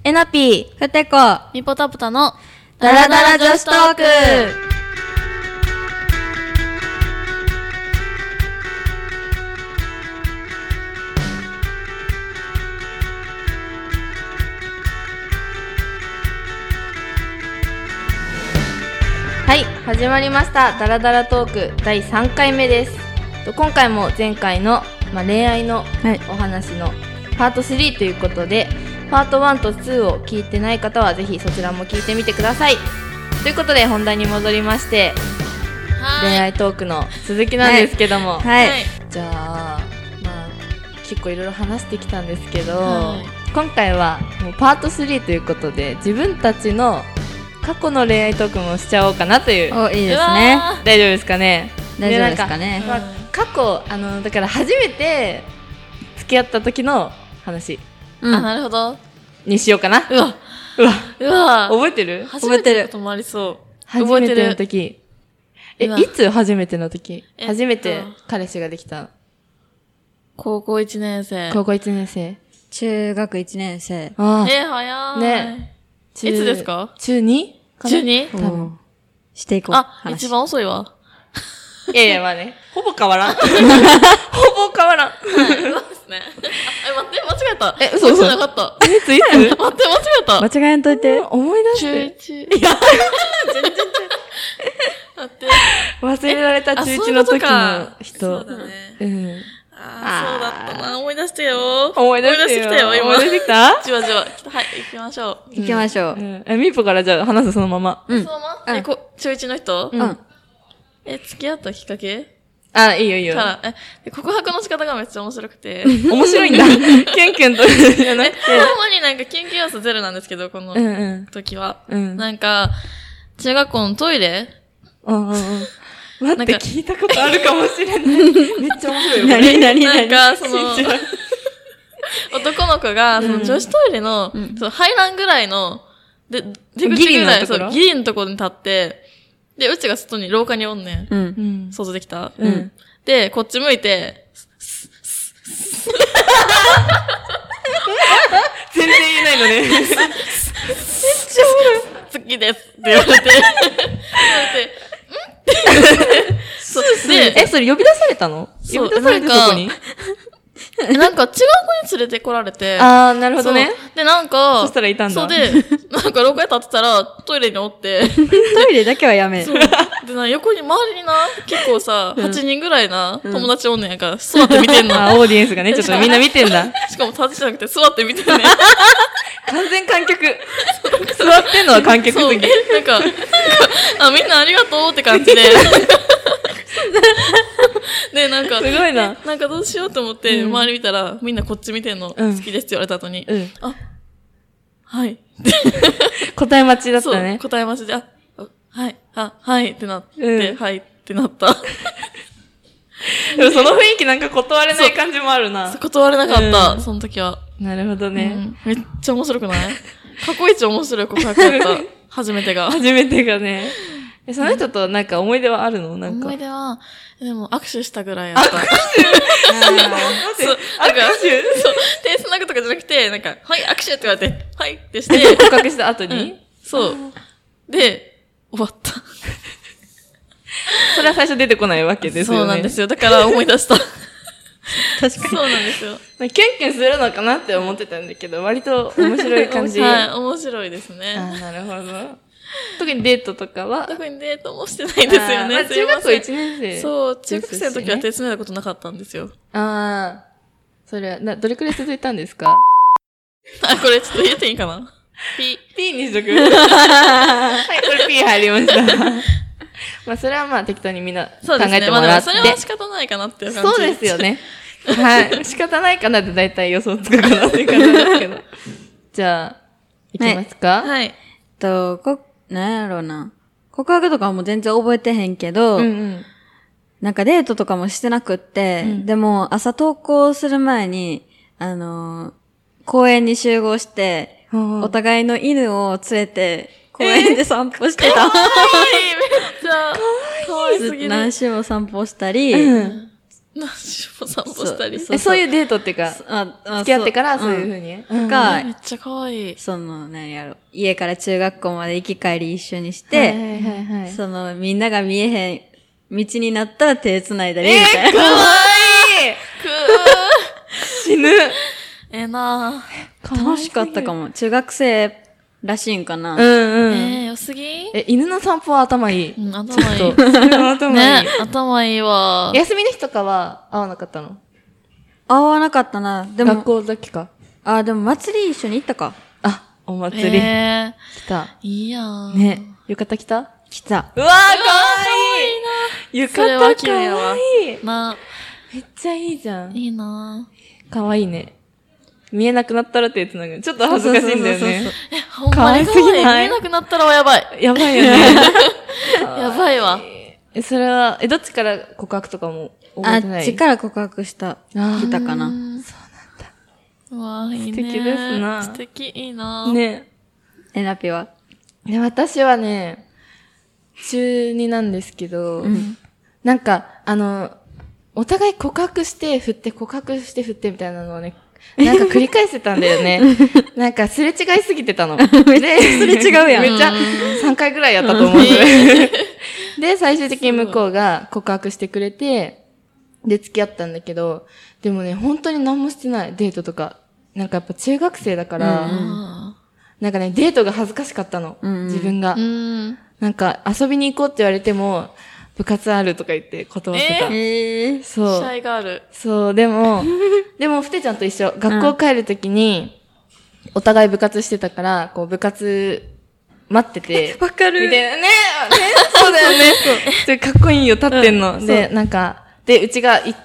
えなぴー、 ふてこ、 みぽたぷたのダラダラ女子トーク。はい、始まりましたダラダラトーク第3回目です。今回も前回の、恋愛のお話のパート3ということで、パート1と2を聞いてない方はぜひそちらも聞いてみてください。ということで本題に戻りまして、恋愛トークの続きなんですけども、じゃあ、結構いろいろ話してきたんですけど、今回はもうパート3ということで自分たちの過去の恋愛トークもしちゃおうかなという。 お、いいですね。 大丈夫ですかね。 大丈夫ですかね。 過去だから初めて付き合った時の話、 なるほどにしようかな。 うわ覚えてる？ 初めてのこともありそう。 初めての時。いつ初めての時？初めて彼氏ができた。 高校1年生。 高校1年生。 中学1年生。 早い。 ね。 いつですか？ 中 2？ 中 2？ 多分。 していこう。 一番遅いわ。 いや、ほぼ変わらん。ほぼ変わらん。 そうですね。待って、間違えた。 嘘じゃなかった。 いつ待って、間違えた。 間違えんといて。 思い出して。 中1。いや、全然待って。 忘れられた中1の時の人。 そうだね。そうだったな。思い出してよ。 思い出してきたよ。思い出してきた？ じわじわ。はい、行きましょう。 行きましょう。 みーぽからじゃあ話すそのまま。 そのまま？中1の人？付き合ったきっかけ？ いいよいいよ。 告白の仕方がめっちゃ面白くて。 面白いんだ。キュンキュンとじゃなくて。 ほんまにキュンキュン要素ゼロなんですけど、この時は。中学校のトイレ？ 待って、聞いたことあるかもしれない。めっちゃ面白いよ。 何男の子が、女子トイレの、入らんぐらいの、出口ぐらい、ギリのところに立って、で、うちが廊下におんねん。想像できた？で、こっち向いて、 全然言えないのね。めっちゃ好きですって言われて、 それ呼び出されたの？呼び出されてそこに？ 違う子に連れてこられて。 なるほどね。 で、 そしたらいたんだ。 そうで、廊下に立ってたら、トイレにおって。 トイレだけはやめ。 で、横に、周りに結構さ、8人ぐらい友達おんねんやから、座って見てんの。 オーディエンスがね、ちょっとみんな見てんだ。 しかも立ってじゃなくて、座って見てんねん。 完全観客。座ってんのは観客すぎ。 みんなありがとうって感じで。で、 すごいな。 どうしようと思って、周り見たら、みんなこっち見てんの、好きですって言われた後に、はい。 答え待ちだったね。 答え待ちで、はいってなって、はいってなった。 でもその雰囲気断れない感じもあるな。 断れなかった、その時は。 なるほどね。 めっちゃ面白くない？過去一面白い告白だった。初めてがね。その人と思い出はあるの？ 思い出は、でも握手したぐらいやった。握手？手繋ぐとかじゃなくて、はい、握手って言われて、はいってして。 告白した後に？ そう。で、終わった。 それは最初出てこないわけですよね。 そうなんですよ。だから思い出した。 確かに。 そうなんですよ。 キュンキュンするのかなって思ってたんだけど、割と面白い感じ。 はい、面白いですね。 なるほど。特にデートとかは？ 特にデートもしてないんですよね。 中学校1年生。 そう、中学生の時は手つないだことなかったんですよ。 それは、どれくらい続いたんですか？ これちょっと言っていいかな？ P にしとく？はい、これ P 入りました。それは適当にみんな考えてもらって。 それは仕方ないかなっていう感じ。 そうですよね。はい。仕方ないかなって大体予想つくかなっていう感じですけど。じゃあ、いきますか？ はい。 なんやろうな。告白とかはもう全然覚えてへんけど、デートとかもしてなくって、でも朝登校する前に、公園に集合して、お互いの犬を連れて、公園で散歩してた。 かわいい、めっちゃ。かわいすぎる。 何周も散歩したり、 散歩したり。 そういうデートっていうか、付き合ってからそういう風に。 めっちゃ可愛い。 何やろ。家から中学校まで行き帰り一緒にして、みんなが見えへん道になったら手繋いだりみたいな。 かわいい死ぬ。 な楽しかったかも。中学生らしいんかな。 良すぎ？ 犬の散歩は頭いい。 頭いい。 頭いい。 ね、頭いいわ。 休みの日とかは会わなかったの？ 会わなかったな。でも。 学校だけか。 でも祭り一緒に行ったか。 お祭り。来た。 いいやん。 ね。浴衣着た？ 来た。 うわー、かわいい。浴衣かわいい。めっちゃいいじゃん。 いいなかわいいね。見えなくなったら手つなぐ。ちょっと恥ずかしいんだよね。 ほんまにかわいい。見えなくなったらやばい。 やばいよね。 やばいわ。 それは、どっちから告白とかも覚えてない？ あっちから告白来たかな。そうなんだ。 うわいいね。 素敵ですな。 素敵、いいなね。 ラピは？ 私はね、中2なんですけど、なんか、お互い告白して振って告白して振ってみたいなのをね、なんか繰り返せたんだよね。なんかすれ違いすぎてたの。 めっちゃすれ違うやん。 めっちゃ3回ぐらいやったと思う。で、最終的に向こうが告白してくれて、で、付き合ったんだけど、でもね、本当に何もしてない、デートとか。なんかやっぱ中学生だから、なんかね、デートが恥ずかしかったの。自分が。なんか遊びに行こうって言われても、部活あるとか言って断ってた。そう。 シャイガール。 そう、でも、ふてちゃんと一緒。学校帰るときに、お互い部活してたから、こう部活待ってて。 わかる。 みたいなね。そうだよね。そう。かっこいいよ、立ってんの。で、なんか、で、うちが行って、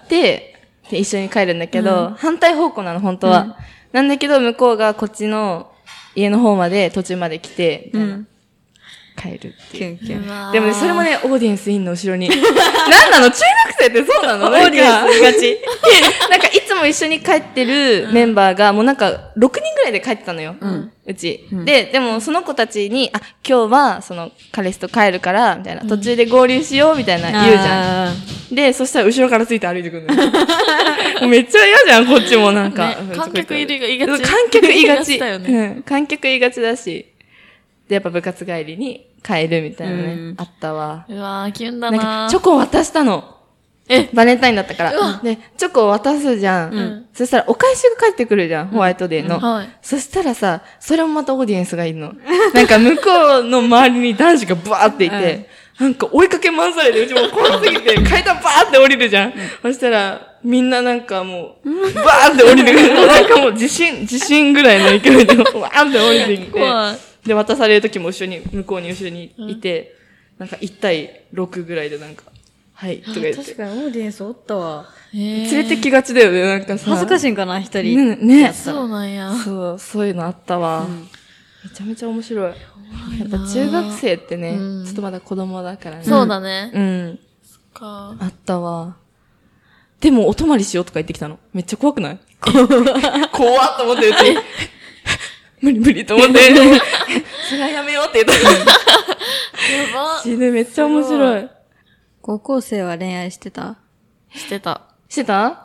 で、一緒に帰るんだけど、反対方向なの、本当は。なんだけど、向こうがこっちの家の方まで、途中まで来て、帰るっていう。でもね、それもね、オーディエンスいんの、後ろに。なんなの？中学生ってそうなの？オーディエンスがち。なんか、いつも一緒に帰ってるメンバーが、もうなんか、6人ぐらいで帰ってたのよ。うち。でも、その子たちに、今日は、彼氏と帰るから、みたいな、途中で合流しよう、みたいな言うじゃん。で、そしたら後ろからついて歩いてくるのよ。もうめっちゃ嫌じゃん、こっちもなんか。 観客いがち。 観客いがち。観客いがちだし。で、やっぱ部活帰りに帰るみたいなね、あったわ。 うわー、キュンだな。 なんか、チョコを渡したの。バレンタインだったから。で、チョコを渡すじゃん。そしたら、お返しが返ってくるじゃん、ホワイトデーの。そしたらさ、それもまたオーディエンスがいるの。なんか、向こうの周りに男子がバーっていて、なんか追いかけ回されて、うちも怖すぎて、階段バーって降りるじゃん。そしたら、みんななんかもう、バーって降りてくる。なんかもう地震ぐらいの勢いで、バーって降りてきて。で、渡される時も向こうに後ろにいて、なんか1対6ぐらいでなんか、はい、とか言って。 確かにオーディエンスおったわ。 連れてきがちだよね、なんかさ。 恥ずかしいんかな、一人。 ね。そうなんや。 そういうのあったわ。めちゃめちゃ面白い。やっぱ中学生ってね、ちょっとまだ子供だからね。 そうだね。 そっか。あったわ。でも、お泊まりしようとか言ってきたの。めっちゃ怖くない？怖っと思って、うち。無理と思って。それはやめようって言った。やば。死ぬ、めっちゃ面白い。 高校生は恋愛してた？ してた。 してた。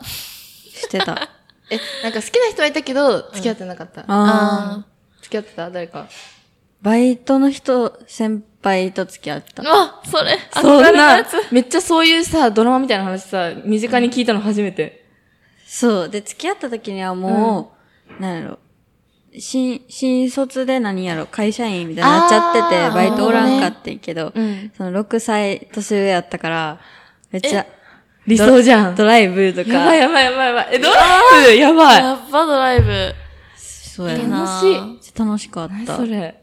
なんか好きな人はいたけど、付き合ってなかった。付き合ってた？誰か。 バイトの先輩と付き合った。 それ。 そんな、めっちゃそういうさ、ドラマみたいな話さ、身近に聞いたの初めて。 そう。で、付き合った時にはもう、なんやろ。新卒で会社員みたいになっちゃってて、バイトおらんかってんけど、その6歳年上やったから、めっちゃ、 理想じゃん。 ドライブとか。 やばい。ドライブやばい。 やっぱドライブ。 そうやな。楽しい。 楽しかった。 それ。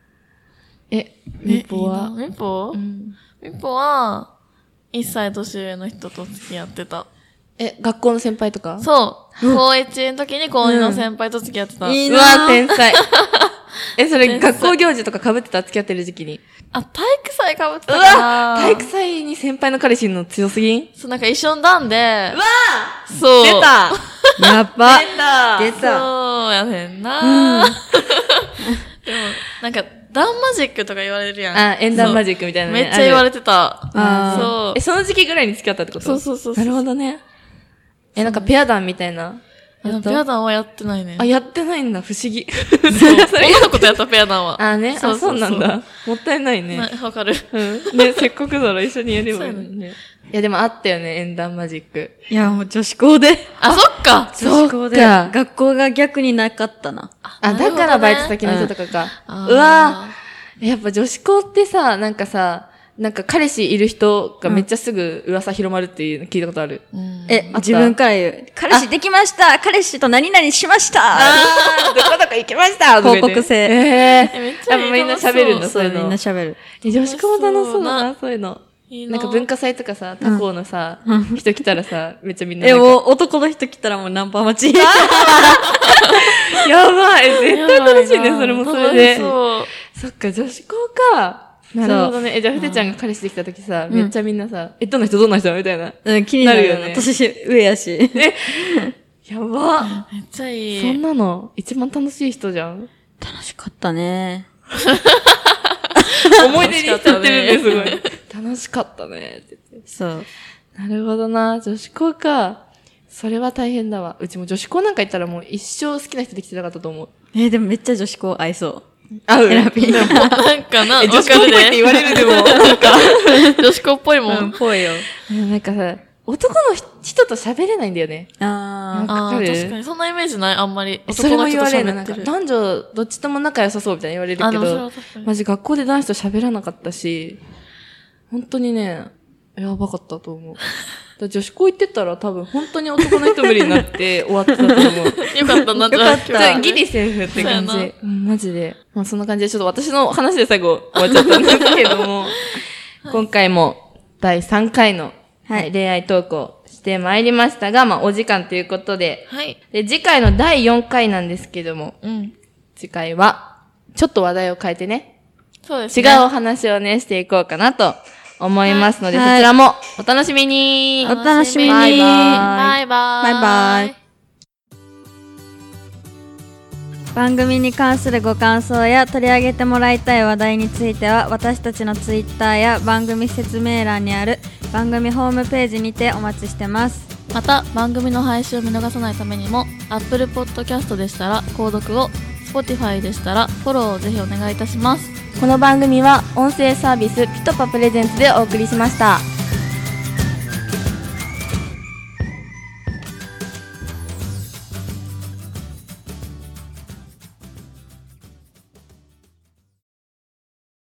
みぽは？ みぽは、1歳年上の人と付き合ってた。 学校の先輩とか？ そう。高1の時に高2の先輩と付き合ってた。 いいなぁ。うわ、天才。それ学校行事とか被ってた？付き合ってる時期に。 体育祭被ってたから。 体育祭に先輩の彼氏いるの強すぎん？ そう、なんか一緒の段で。 うわそう。 出たやっば。 出たそうやねんなでも、なんか、ダンマジックとか言われるやん。 縁談マジックみたいなね。 めっちゃ言われてた。 そう。その時期ぐらいに付き合ったってこと？ そう。 なるほどね。 なんかペア団みたいな。 ペア団はやってないね。 あ、やってないんだ、不思議。 女の子とやったペア団は。 そうなんだ。もったいないね。 わかる。 ね、せっかくなら一緒にやればいいのにね。いや、でもあったよね、縁談マジック。 いや、もう女子校で。 あ、そっか。 女子校で。学校が逆になかったな。 だからバイト先の人とかか。うわぁ。やっぱ女子校ってさ、なんか彼氏いる人がめっちゃすぐ噂広まるっていうの聞いたことある。 自分から言う。彼氏できました、彼氏と何々しました、 どこどこ行きました広告性。 めっちゃみんな喋るんだ、そういうの。 みんな喋る。 女子校も楽しそうだな、そういうの。なんか文化祭とかさ、他校のさ、人来たらさ、めっちゃみんな。 もう男の人来たらもうナンパ待ち。 やばい、絶対楽しいね、それもそれで。そっか、女子校か。なるほどね。じゃあ、ふてちゃんが彼氏できた時さ、めっちゃみんなさ、どんな人みたいな。 気になるよね。年上やし。 やば。 めっちゃいい。 そんなの、一番楽しい人じゃん。 楽しかったね。 思い出にしちゃってるんですごい。楽しかったね。 そう。 なるほどな。女子校か。それは大変だわ。うちも女子校なんか行ったらもう一生好きな人できてなかったと思う。 でもめっちゃ女子校合いそう。 合う。 選び。 なんかな、 女子校っぽいって言われるでも、なんか。 女子校っぽいもん。 ぽいよ。 なんかさ、男の人と喋れないんだよね。 確かに。そんなイメージないあんまり。 それも言われる。なんか男女どっちとも仲良さそうみたいに言われるけど、マジ学校で男子と喋らなかったし、本当にね、やばかったと思う。女子校行ってたら多分本当に男の人無理になって終わってたと思う。 よかったな、 よかった。ギリセーフって感じ。マジで。まあそんな感じでちょっと私の話で最後終わっちゃったんですけども、今回も第3回の恋愛トークをしてまいりましたが、まあお時間ということで、で次回の第4回なんですけども、次回はちょっと話題を変えてね、 そうですね。 違うお話をねしていこうかなと思いますので、そちらもお楽しみに。 お楽しみに。 バイバイ。 バイバイ。番組に関するご感想や取り上げてもらいたい話題については、私たちのツイッターや番組説明欄にある番組ホームページにてお待ちしてます。 また番組の配信を見逃さないためにも Apple Podcast でしたら購読を、Spotify でしたらフォローをぜひお願いいたします。 この番組は音声サービスピトパプレゼンツでお送りしました。